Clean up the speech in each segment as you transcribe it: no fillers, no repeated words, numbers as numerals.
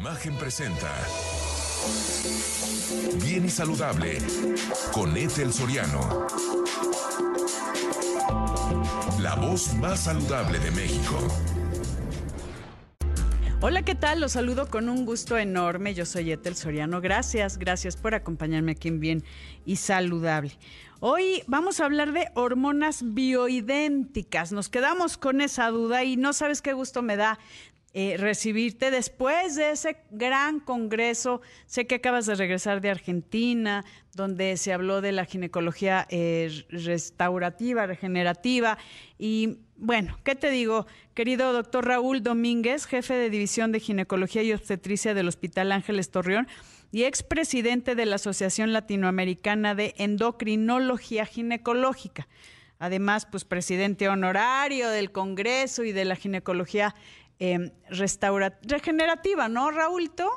Imagen presenta Bien y Saludable con Ethel Soriano. La voz más saludable de México. Hola, ¿qué tal? Los saludo con un gusto enorme. Yo soy Ethel Soriano. Gracias por acompañarme aquí en Bien y Saludable. Hoy vamos a hablar de hormonas bioidénticas. Nos quedamos con esa duda y no sabes qué gusto me da recibirte después de ese gran congreso. Sé que acabas de regresar de Argentina, donde se habló de la ginecología restaurativa, regenerativa. Y bueno, ¿qué te digo? Querido doctor Raúl Domínguez, jefe de División de Ginecología y Obstetricia del Hospital Ángeles Torreón y expresidente de la Asociación Latinoamericana de Endocrinología Ginecológica. Además, pues presidente honorario del Congreso y de la ginecología regenerativa, ¿no, Raúlito?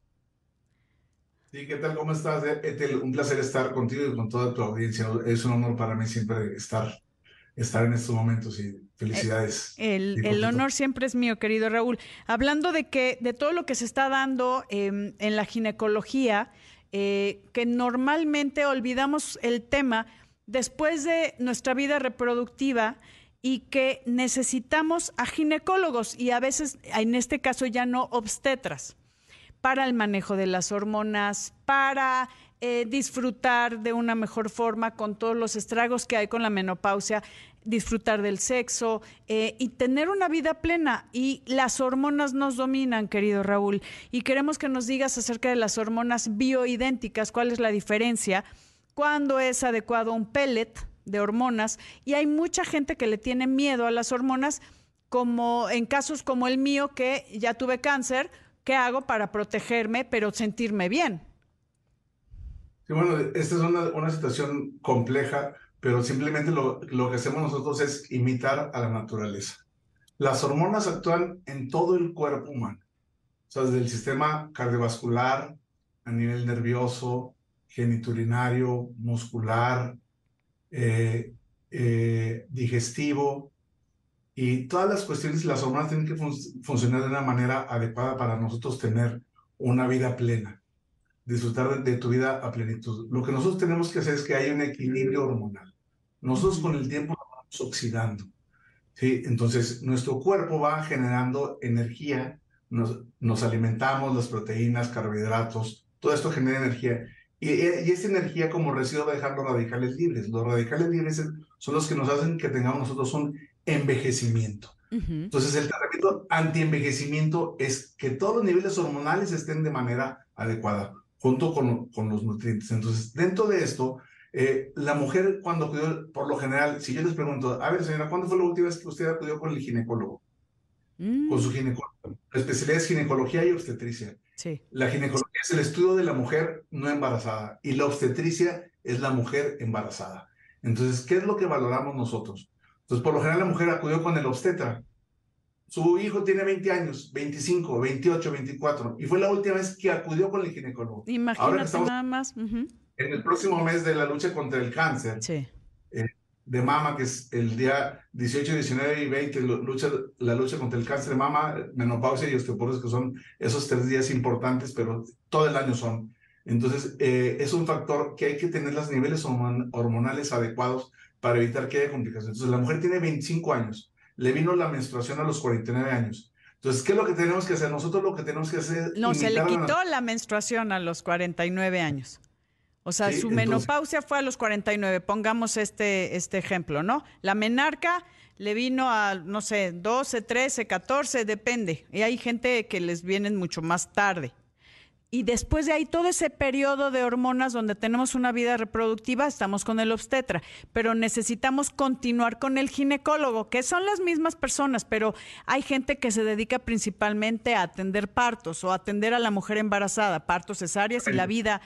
Sí, ¿qué tal? ¿Cómo estás, Ethel? Un placer estar contigo y con toda tu audiencia. Es un honor para mí siempre estar en estos momentos y felicidades. El honor siempre es mío, querido Raúl. Hablando de todo lo que se está dando en la ginecología, que normalmente olvidamos el tema después de nuestra vida reproductiva y que necesitamos a ginecólogos y a veces, en este caso ya no obstetras, para el manejo de las hormonas, para disfrutar de una mejor forma con todos los estragos que hay con la menopausia, disfrutar del sexo y tener una vida plena. Y las hormonas nos dominan, querido Raúl, y queremos que nos digas acerca de las hormonas bioidénticas, cuál es la diferencia, cuándo es adecuado un pellet de hormonas, y hay mucha gente que le tiene miedo a las hormonas, como en casos como el mío, que ya tuve cáncer. ¿Qué hago para protegerme pero sentirme bien? Sí, bueno, esta es una situación compleja, pero simplemente lo que hacemos nosotros es imitar a la naturaleza. Las hormonas actúan en todo el cuerpo humano, o sea, desde el sistema cardiovascular, a nivel nervioso, genitourinario, muscular, digestivo, y todas las cuestiones, las hormonas tienen que funcionar de una manera adecuada para nosotros tener una vida plena, disfrutar de tu vida a plenitud. Lo que nosotros tenemos que hacer es que haya un equilibrio hormonal. Nosotros con el tiempo nos vamos oxidando, ¿sí? Entonces nuestro cuerpo va generando energía, nos alimentamos, las proteínas, carbohidratos, todo esto genera energía. Y esa energía como residuo va a dejar los radicales libres. Los radicales libres son los que nos hacen que tengamos nosotros un envejecimiento. Entonces el tratamiento anti-envejecimiento es que todos los niveles hormonales estén de manera adecuada, junto con los nutrientes. Entonces, dentro de esto, la mujer cuando acudió, por lo general, si yo les pregunto, a ver, señora, ¿cuándo fue la última vez que usted acudió con el ginecólogo? Con su ginecólogo. La especialidad es ginecología y obstetricia. Sí. La ginecología es el estudio de la mujer no embarazada y la obstetricia es la mujer embarazada. Entonces, ¿qué es lo que valoramos nosotros? Entonces, por lo general, la mujer acudió con el obstetra. Su hijo tiene 20 años, 25, 28, 24, y fue la última vez que acudió con el ginecólogo. Imagínate. Ahora que estamos nada más. En el próximo mes de la lucha contra el cáncer, sí, de mama, que es el día 18, 19 y 20, la lucha contra el cáncer de mama, menopausia y osteoporosis, que son esos 3 días importantes, pero todo el año son. Entonces, es un factor que hay que tener los niveles hormonales adecuados para evitar que haya complicaciones. Entonces, la mujer tiene 25 años, le vino la menstruación a los 49 años. Entonces, ¿qué es lo que tenemos que hacer? Nosotros lo que tenemos que hacer es... No, se le quitó la menstruación a los 49 años. O sea, sí, su menopausia fue a los 49, pongamos este ejemplo, ¿no? La menarca le vino a, no sé, 12, 13, 14, depende. Y hay gente que les vienen mucho más tarde. Y después de ahí, todo ese periodo de hormonas donde tenemos una vida reproductiva, estamos con el obstetra, pero necesitamos continuar con el ginecólogo, que son las mismas personas, pero hay gente que se dedica principalmente a atender partos o a atender a la mujer embarazada, partos, cesáreas y la vida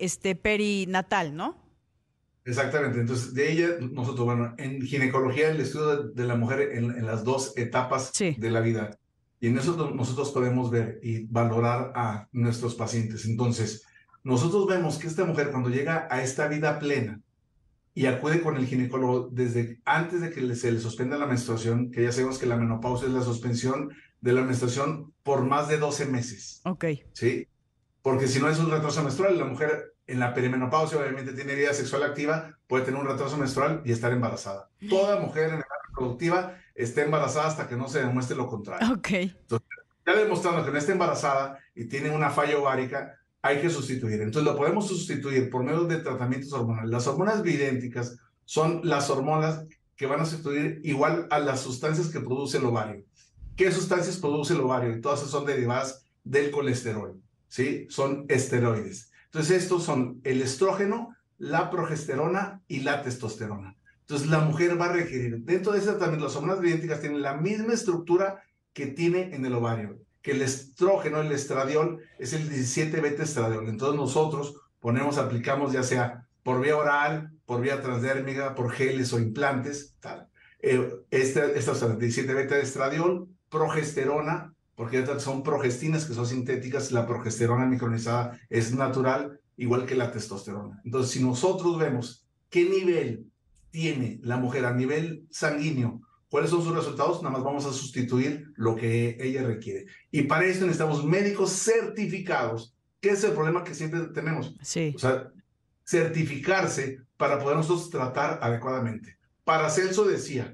perinatal, ¿no? Exactamente. Entonces, de ella, nosotros, bueno, en ginecología, el estudio de la mujer en las 2 etapas de la vida. Y en eso nosotros podemos ver y valorar a nuestros pacientes. Entonces, nosotros vemos que esta mujer cuando llega a esta vida plena y acude con el ginecólogo desde antes de que se le suspenda la menstruación, que ya sabemos que la menopausia es la suspensión de la menstruación por más de 12 meses. Ok. ¿Sí? Porque si no es un retraso menstrual, la mujer en la perimenopausia obviamente tiene vida sexual activa, puede tener un retraso menstrual y estar embarazada. Toda mujer en edad reproductiva está embarazada hasta que no se demuestre lo contrario. Ok. Entonces, ya demostrando que no está embarazada y tiene una falla ovárica, hay que sustituir. Entonces lo podemos sustituir por medio de tratamientos hormonales. Las hormonas bioidénticas son las hormonas que van a sustituir igual a las sustancias que produce el ovario. ¿Qué sustancias produce el ovario? Y todas son derivadas del colesterol, ¿sí? Son esteroides. Entonces estos son el estrógeno, la progesterona y la testosterona. Entonces la mujer va a requerir, dentro de ese tratamiento, las hormonas bioidénticas tienen la misma estructura que tiene en el ovario, que el estrógeno, el estradiol, es el 17-beta estradiol. Entonces nosotros aplicamos ya sea por vía oral, por vía transdérmica, por geles o implantes, tal. Estas son 17-beta estradiol, progesterona, porque son progestinas que son sintéticas, la progesterona micronizada es natural, igual que la testosterona. Entonces, si nosotros vemos qué nivel tiene la mujer a nivel sanguíneo, cuáles son sus resultados, nada más vamos a sustituir lo que ella requiere. Y para eso necesitamos médicos certificados, que es el problema que siempre tenemos. Sí. O sea, certificarse para poder nosotros tratar adecuadamente. Paracelso decía,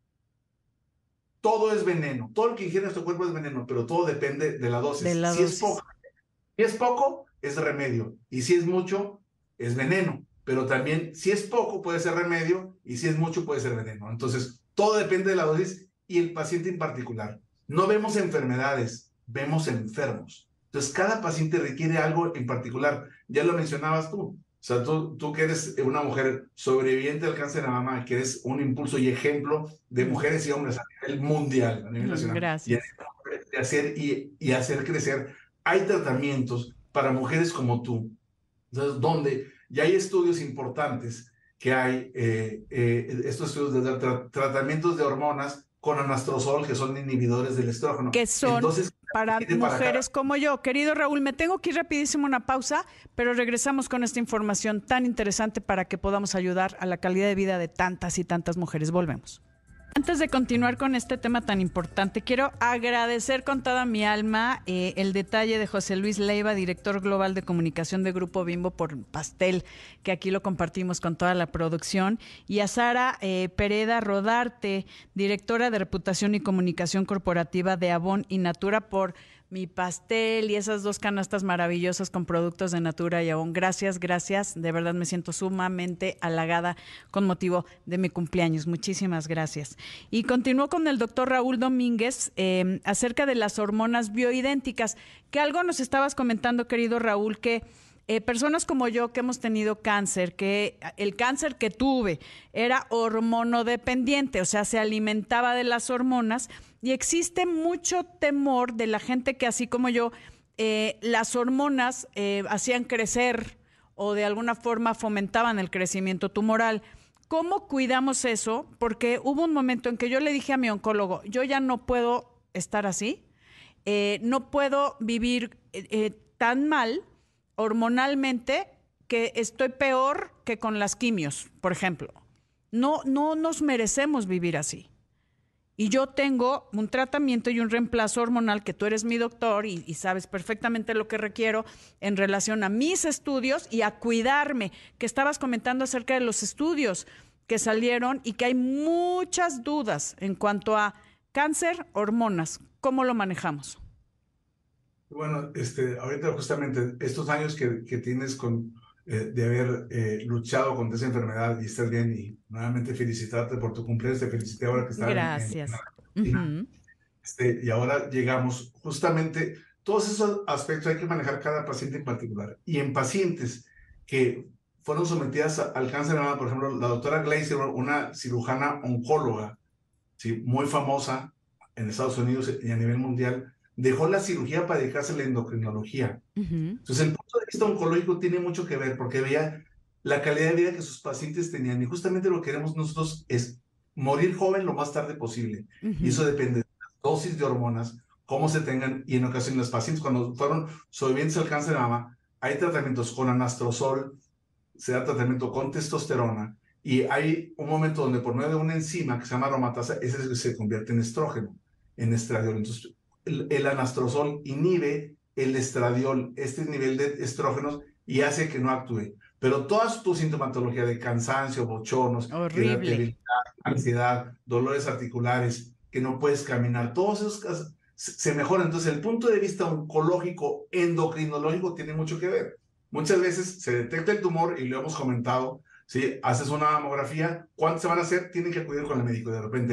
todo es veneno, todo lo que ingiere nuestro cuerpo es veneno, pero todo depende de la dosis. Si es poco, es remedio, y si es mucho, es veneno, pero también si es poco puede ser remedio, y si es mucho puede ser veneno. Entonces, todo depende de la dosis y el paciente en particular. No vemos enfermedades, vemos enfermos. Entonces, cada paciente requiere algo en particular. Ya lo mencionabas tú. O sea, tú que eres una mujer sobreviviente al cáncer de mama, que eres un impulso y ejemplo de mujeres y hombres a nivel mundial, a nivel nacional. Gracias. Y hacer crecer. Hay tratamientos para mujeres como tú, entonces, donde ya hay estudios importantes que hay, estos estudios de tratamientos de hormonas con anastrozol, que son inhibidores del estrógeno. Que son entonces, para mujeres como yo. Querido Raúl, me tengo que ir rapidísimo a una pausa, pero regresamos con esta información tan interesante para que podamos ayudar a la calidad de vida de tantas y tantas mujeres. Volvemos. Antes de continuar con este tema tan importante, quiero agradecer con toda mi alma el detalle de José Luis Leiva, director global de comunicación de Grupo Bimbo, por pastel, que aquí lo compartimos con toda la producción, y a Sara Pereda Rodarte, directora de reputación y comunicación corporativa de Avon y Natura, por mi pastel y esas 2 canastas maravillosas con productos de Natura y Avon. Gracias, gracias. De verdad me siento sumamente halagada con motivo de mi cumpleaños. Muchísimas gracias. Y continúo con el doctor Raúl Domínguez acerca de las hormonas bioidénticas, que algo nos estabas comentando, querido Raúl, que personas como yo que hemos tenido cáncer, que el cáncer que tuve era hormonodependiente, o sea, se alimentaba de las hormonas, y existe mucho temor de la gente que, así como yo, las hormonas hacían crecer o de alguna forma fomentaban el crecimiento tumoral. ¿Cómo cuidamos eso? Porque hubo un momento en que yo le dije a mi oncólogo, yo ya no puedo estar así, no puedo vivir tan mal hormonalmente, que estoy peor que con las quimios, por ejemplo. No nos merecemos vivir así. Y yo tengo un tratamiento y un reemplazo hormonal, que tú eres mi doctor y sabes perfectamente lo que requiero en relación a mis estudios y a cuidarme, que estabas comentando acerca de los estudios que salieron y que hay muchas dudas en cuanto a cáncer, hormonas. ¿Cómo lo manejamos? Bueno, ahorita justamente estos años que tienes de haber luchado contra esa enfermedad y estás bien, y nuevamente felicitarte por tu cumpleaños, te felicité ahora que estás Gracias. Y ahora llegamos justamente, todos esos aspectos hay que manejar cada paciente en particular, y en pacientes que fueron sometidas al cáncer de mama, por ejemplo, la doctora Glaser, una cirujana oncóloga, ¿sí?, muy famosa en Estados Unidos y a nivel mundial, dejó la cirugía para dedicarse a la endocrinología. Entonces, el punto de vista oncológico tiene mucho que ver, porque veía la calidad de vida que sus pacientes tenían, y justamente lo que queremos nosotros es morir joven lo más tarde posible. Y eso depende de las dosis de hormonas, cómo se tengan, y en ocasiones los pacientes cuando fueron sobrevivientes al cáncer de mama, hay tratamientos con anastrozol, se da tratamiento con testosterona, y hay un momento donde por medio de una enzima que se llama aromatasa, ese se convierte en estrógeno, en estradiol. Entonces, el anastrozol inhibe el estradiol, este nivel de estrógenos, y hace que no actúe. Pero toda tu sintomatología de cansancio, bochornos, Horrible. irritabilidad, ansiedad, dolores articulares, que no puedes caminar, todos esos casos se mejoran. Entonces, el punto de vista oncológico, endocrinológico, tiene mucho que ver. Muchas veces se detecta el tumor y lo hemos comentado, ¿sí? Haces una mamografía, ¿cuántos se van a hacer? Tienen que acudir con el médico. De repente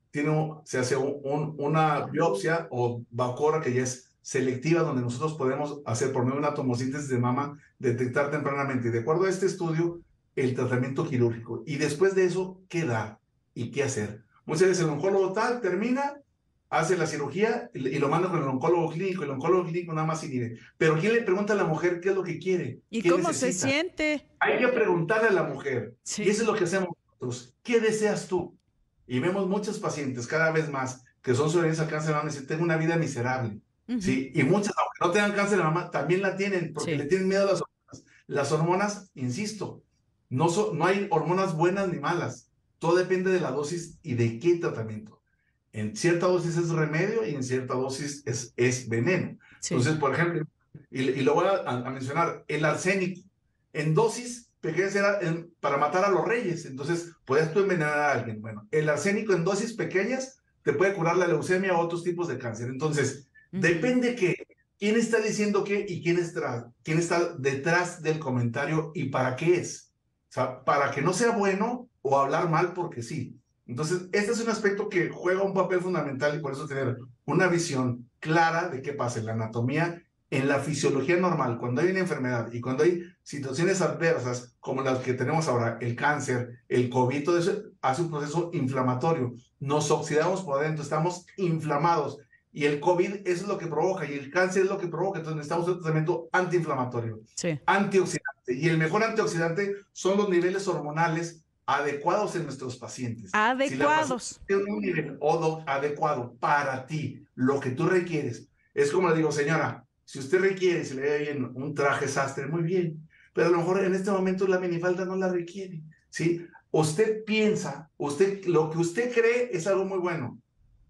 se hace una biopsia o Bacora, que ya es selectiva, donde nosotros podemos hacer por medio de una tomosíntesis de mama, detectar tempranamente, de acuerdo a este estudio, el tratamiento quirúrgico. Y después de eso, ¿qué dar y qué hacer? Muchas veces el oncólogo tal termina, hace la cirugía y lo manda con el oncólogo clínico. El oncólogo clínico nada más inhibe. Pero ¿quién le pregunta a la mujer qué es lo que quiere? ¿Y ¿Qué cómo necesita? se siente? Hay que preguntarle a la mujer. Sí. Y eso es lo que hacemos nosotros. ¿Qué deseas tú? Y vemos muchos pacientes cada vez más que son sobrevivientes al cáncer de mama y dicen, tengo una vida miserable. ¿Sí? Y muchas, aunque no tengan cáncer de mama, también la tienen porque le tienen miedo a las hormonas. Las hormonas, insisto, no hay hormonas buenas ni malas. Todo depende de la dosis y de qué tratamiento. En cierta dosis es remedio y en cierta dosis es veneno. Sí. Entonces, por ejemplo, y lo voy a mencionar, el arsénico en dosis pequeñas era para matar a los reyes. Entonces, podías tú envenenar a alguien. Bueno, el arsénico en dosis pequeñas te puede curar la leucemia o otros tipos de cáncer. Entonces, depende quién está diciendo qué y quién está detrás del comentario y para qué es. O sea, para que no sea bueno o hablar mal porque sí. Entonces, este es un aspecto que juega un papel fundamental y por eso tener una visión clara de qué pasa en la anatomía, en la fisiología normal, cuando hay una enfermedad y cuando hay situaciones adversas como las que tenemos ahora, el cáncer, el COVID, todo eso hace un proceso inflamatorio. Nos oxidamos por adentro, estamos inflamados y el COVID es lo que provoca y el cáncer es lo que provoca. Entonces necesitamos un tratamiento antiinflamatorio, antioxidante. Y el mejor antioxidante son los niveles hormonales adecuados en nuestros pacientes. Adecuados. Si tiene un nivel adecuado para ti, lo que tú requieres. Es como le digo, señora, si usted requiere, si le ve bien un traje sastre, muy bien, pero a lo mejor en este momento la minifalda no la requiere, ¿sí? Usted piensa, lo que usted cree es algo muy bueno,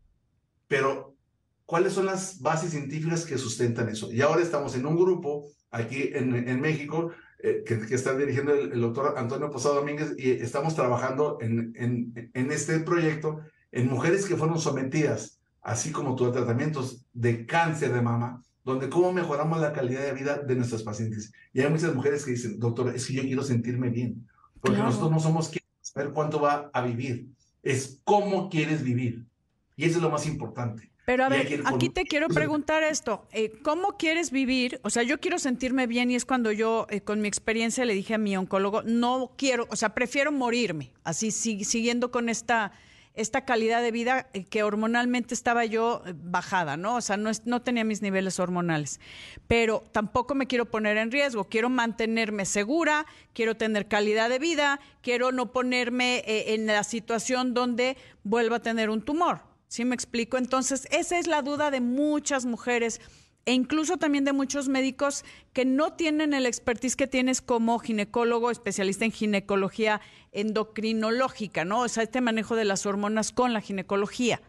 pero ¿cuáles son las bases científicas que sustentan eso? Y ahora estamos en un grupo aquí en México, que está dirigiendo el doctor Antonio Posada Domínguez, y estamos trabajando en este proyecto en mujeres que fueron sometidas, así como tú, a tratamientos de cáncer de mama, donde cómo mejoramos la calidad de vida de nuestras pacientes. Y hay muchas mujeres que dicen, doctor, es que yo quiero sentirme bien, porque nosotros no somos quienes saber cuánto va a vivir, es cómo quieres vivir. Y eso es lo más importante. Pero a ver, aquí te quiero preguntar esto, ¿cómo quieres vivir? O sea, yo quiero sentirme bien y es cuando yo, con mi experiencia, le dije a mi oncólogo, no quiero, o sea, prefiero morirme, así siguiendo con esta calidad de vida que hormonalmente estaba yo bajada, ¿no? O sea, no tenía mis niveles hormonales, pero tampoco me quiero poner en riesgo, quiero mantenerme segura, quiero tener calidad de vida, quiero no ponerme en la situación donde vuelva a tener un tumor. ¿Sí me explico? Entonces, esa es la duda de muchas mujeres e incluso también de muchos médicos que no tienen el expertise que tienes como ginecólogo, especialista en ginecología endocrinológica, ¿no? O sea, este manejo de las hormonas con la ginecología.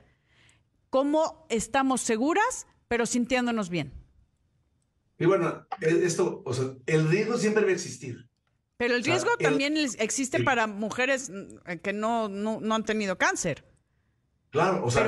¿Cómo estamos seguras, pero sintiéndonos bien? Y bueno, esto, o sea, el riesgo siempre va a existir. Pero el riesgo también existe para mujeres que no han tenido cáncer. Claro, o sea,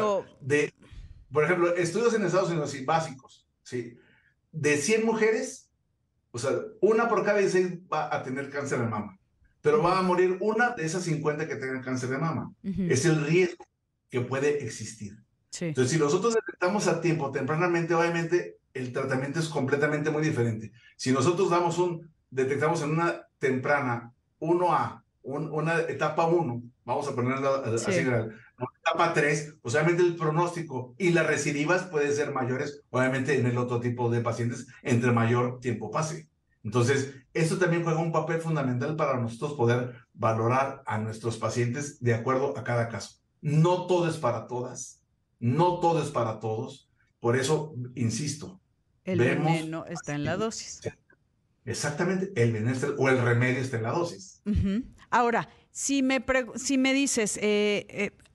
por ejemplo, estudios en Estados Unidos, sí, básicos, ¿sí? De 100 mujeres, o sea, una por cada 16 va a tener cáncer de mama, pero va a morir una de esas 50 que tengan cáncer de mama. Es el riesgo que puede existir. Entonces, si nosotros detectamos a tiempo, tempranamente, obviamente, el tratamiento es completamente muy diferente. Si nosotros detectamos en una temprana 1A, una etapa 1, vamos a ponerla así general, etapa 3, pues obviamente el pronóstico y las recidivas pueden ser mayores, obviamente en el otro tipo de pacientes, entre mayor tiempo pase. Entonces, esto también juega un papel fundamental para nosotros poder valorar a nuestros pacientes de acuerdo a cada caso. No todo es para todas, no todo es para todos, por eso, insisto, el veneno está en la dosis. Exactamente, el veneno o el remedio está en la dosis. Ahora, si me dices,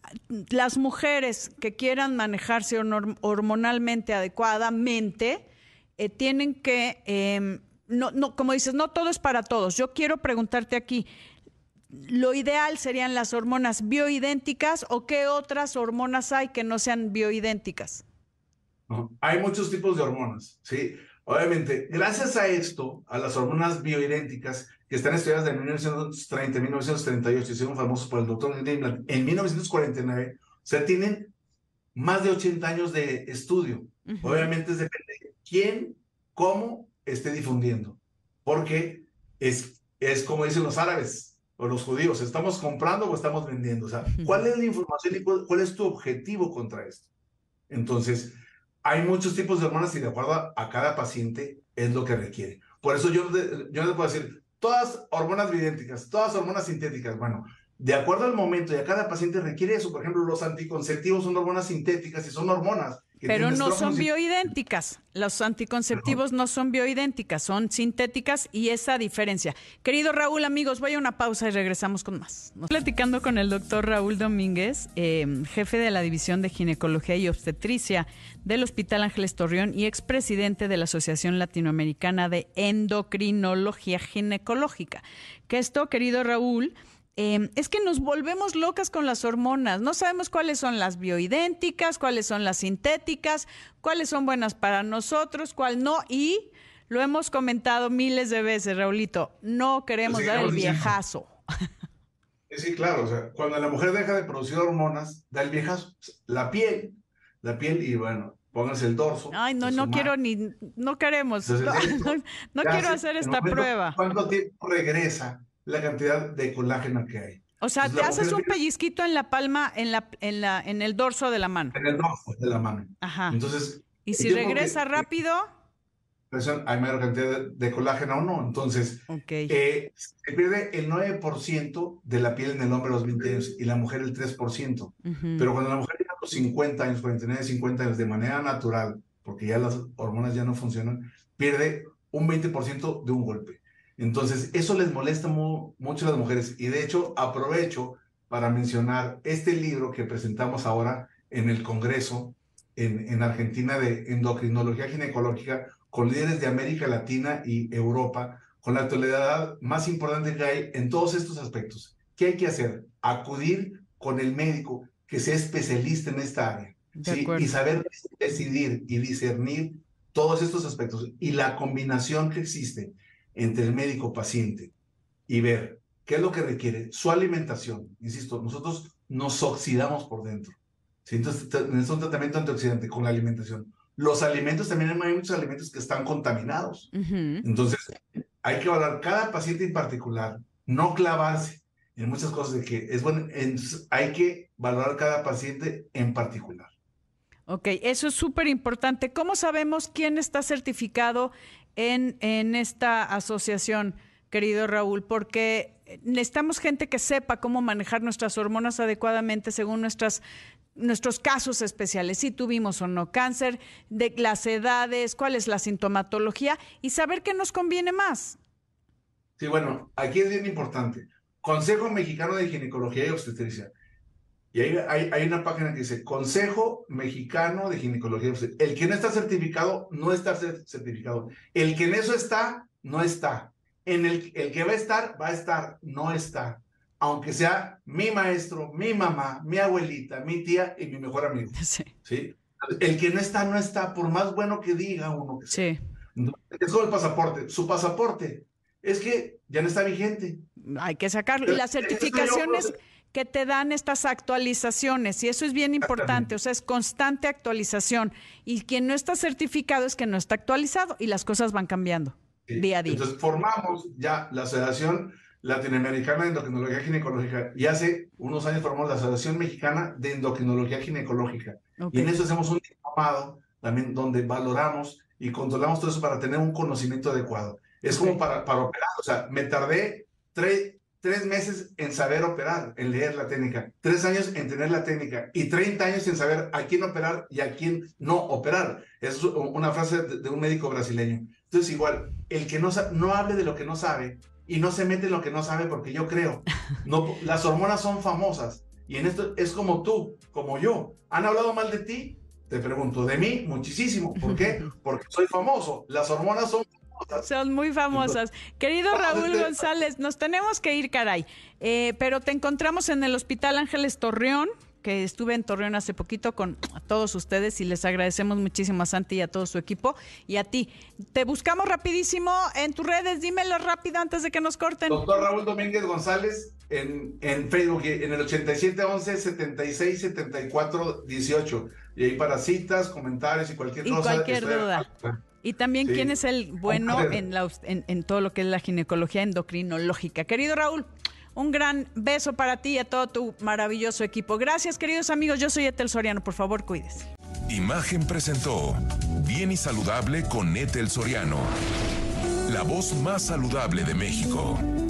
las mujeres que quieran manejarse hormonalmente adecuadamente tienen que, como dices, no todo es para todos. Yo quiero preguntarte aquí, ¿lo ideal serían las hormonas bioidénticas o qué otras hormonas hay que no sean bioidénticas? ¿No? Hay muchos tipos de hormonas, ¿sí? Obviamente, gracias a esto, a las hormonas bioidénticas, que están estudiadas de 1930 y 1938, y son famosos por el doctor Greenblatt en 1949, o sea, tienen más de 80 años de estudio. Obviamente depende de quién, cómo esté difundiendo, porque es como dicen los árabes o los judíos, ¿estamos comprando o estamos vendiendo? O sea, ¿cuál es la información y cuál es tu objetivo contra esto? Entonces, hay muchos tipos de hormonas y de acuerdo a cada paciente es lo que requiere. Por eso yo no puedo decir, todas hormonas bioidénticas, todas hormonas sintéticas. Bueno, de acuerdo al momento y a cada paciente requiere eso. Por ejemplo, los anticonceptivos son hormonas sintéticas y son hormonas. Pero no son bioidénticas. Los anticonceptivos no son bioidénticas, son sintéticas y esa diferencia. Querido Raúl, amigos, voy a una pausa y regresamos con más. Platicando con el doctor Raúl Domínguez, jefe de la División de Ginecología y Obstetricia del Hospital Ángeles Torreón y expresidente de la Asociación Latinoamericana de Endocrinología Ginecológica. Que esto, querido Raúl, es que nos volvemos locas con las hormonas. No sabemos cuáles son las bioidénticas, cuáles son las sintéticas, cuáles son buenas para nosotros, cuál no. Y lo hemos comentado miles de veces, Raulito, no queremos dar el viejazo. Sí, claro. O sea, cuando la mujer deja de producir hormonas, da el viejazo. La piel y bueno, pónganse el dorso. Ay, no quiero no queremos. Entonces, no quiero hacer esta prueba. ¿Cuánto tiempo regresa la cantidad de colágeno que hay? O sea, te haces un pellizquito en la palma, en el dorso de la mano. En el dorso de la mano. Ajá. Entonces, y si regresa rápido, hay mayor cantidad de colágeno o no. Entonces, se pierde el 9% de la piel en el hombre a los 20 años y la mujer el 3%. Pero cuando la mujer llega a los 50 años, 49, 50 años, de manera natural, porque ya las hormonas ya no funcionan, pierde un 20% de un golpe. Entonces, eso les molesta mucho a las mujeres. Y de hecho, aprovecho para mencionar este libro que presentamos ahora en el Congreso en Argentina de Endocrinología Ginecológica, con líderes de América Latina y Europa, con la actualidad más importante que hay en todos estos aspectos. ¿Qué hay que hacer? Acudir con el médico que sea especialista en esta área, ¿sí? Y saber decidir y discernir todos estos aspectos y la combinación que existe entre el médico-paciente y ver qué es lo que requiere su alimentación. Insisto, nosotros nos oxidamos por dentro, ¿sí? Entonces, necesita un tratamiento antioxidante con la alimentación. Los alimentos, también hay muchos alimentos que están contaminados. Entonces, hay que valorar cada paciente en particular, no clavarse en muchas cosas de que es bueno. Entonces, hay que valorar cada paciente en particular. Ok, eso es súper importante. ¿Cómo sabemos quién está certificado en esta asociación, querido Raúl? Porque necesitamos gente que sepa cómo manejar nuestras hormonas adecuadamente según nuestros casos especiales, si tuvimos o no cáncer, de las edades, cuál es la sintomatología y saber qué nos conviene más. Sí, bueno, aquí es bien importante. Consejo Mexicano de Ginecología y Obstetricia. Y hay una página que dice Consejo Mexicano de Ginecología y Obstetricia. El que no está certificado, no está certificado. El que en eso está, no está. El que va a estar, no está. Aunque sea mi maestro, mi mamá, mi abuelita, mi tía y mi mejor amigo. Sí. ¿Sí? El que no está, por más bueno que diga uno que sea. Sí. Es como el pasaporte. Su pasaporte es que ya no está vigente. Hay que sacarlo. Y las certificaciones que te dan estas actualizaciones, y eso es bien importante, o sea, es constante actualización. Y quien no está certificado es que no está actualizado y las cosas van cambiando día a día. Entonces formamos ya la Asociación Latinoamericana de Endocrinología Ginecológica y hace unos años formamos la Asociación Mexicana de Endocrinología Ginecológica. Y en eso hacemos un diplomado también donde valoramos y controlamos todo eso para tener un conocimiento adecuado. Es como para operar, o sea, me tardé 3 meses en saber operar, en leer la técnica, 3 años en tener la técnica y 30 años en saber a quién operar y a quién no operar. Es una frase de un médico brasileño. Entonces igual, el que no hable de lo que no sabe y no se mete en lo que no sabe, porque yo creo, las hormonas son famosas. Y en esto es como tú, como yo. ¿Han hablado mal de ti? Te pregunto, de mí, muchísimo. ¿Por qué? Porque soy famoso. Las hormonas son famosas. Son muy famosas. Querido Raúl González, nos tenemos que ir, caray. Pero te encontramos en el Hospital Ángeles Torreón, que estuve en Torreón hace poquito con todos ustedes y les agradecemos muchísimo a Santi y a todo su equipo y a ti. Te buscamos rapidísimo en tus redes, dímelo rápido antes de que nos corten. Doctor Raúl Domínguez González en Facebook, en el 8711-767418. Y ahí para citas, comentarios y cualquier cosa. Cualquier duda. Y también quién es el bueno en todo lo que es la ginecología endocrinológica. Querido Raúl, un gran beso para ti y a todo tu maravilloso equipo. Gracias, queridos amigos. Yo soy Ethel Soriano. Por favor, cuídese. Imagen presentó Bien y Saludable con Ethel Soriano. La voz más saludable de México.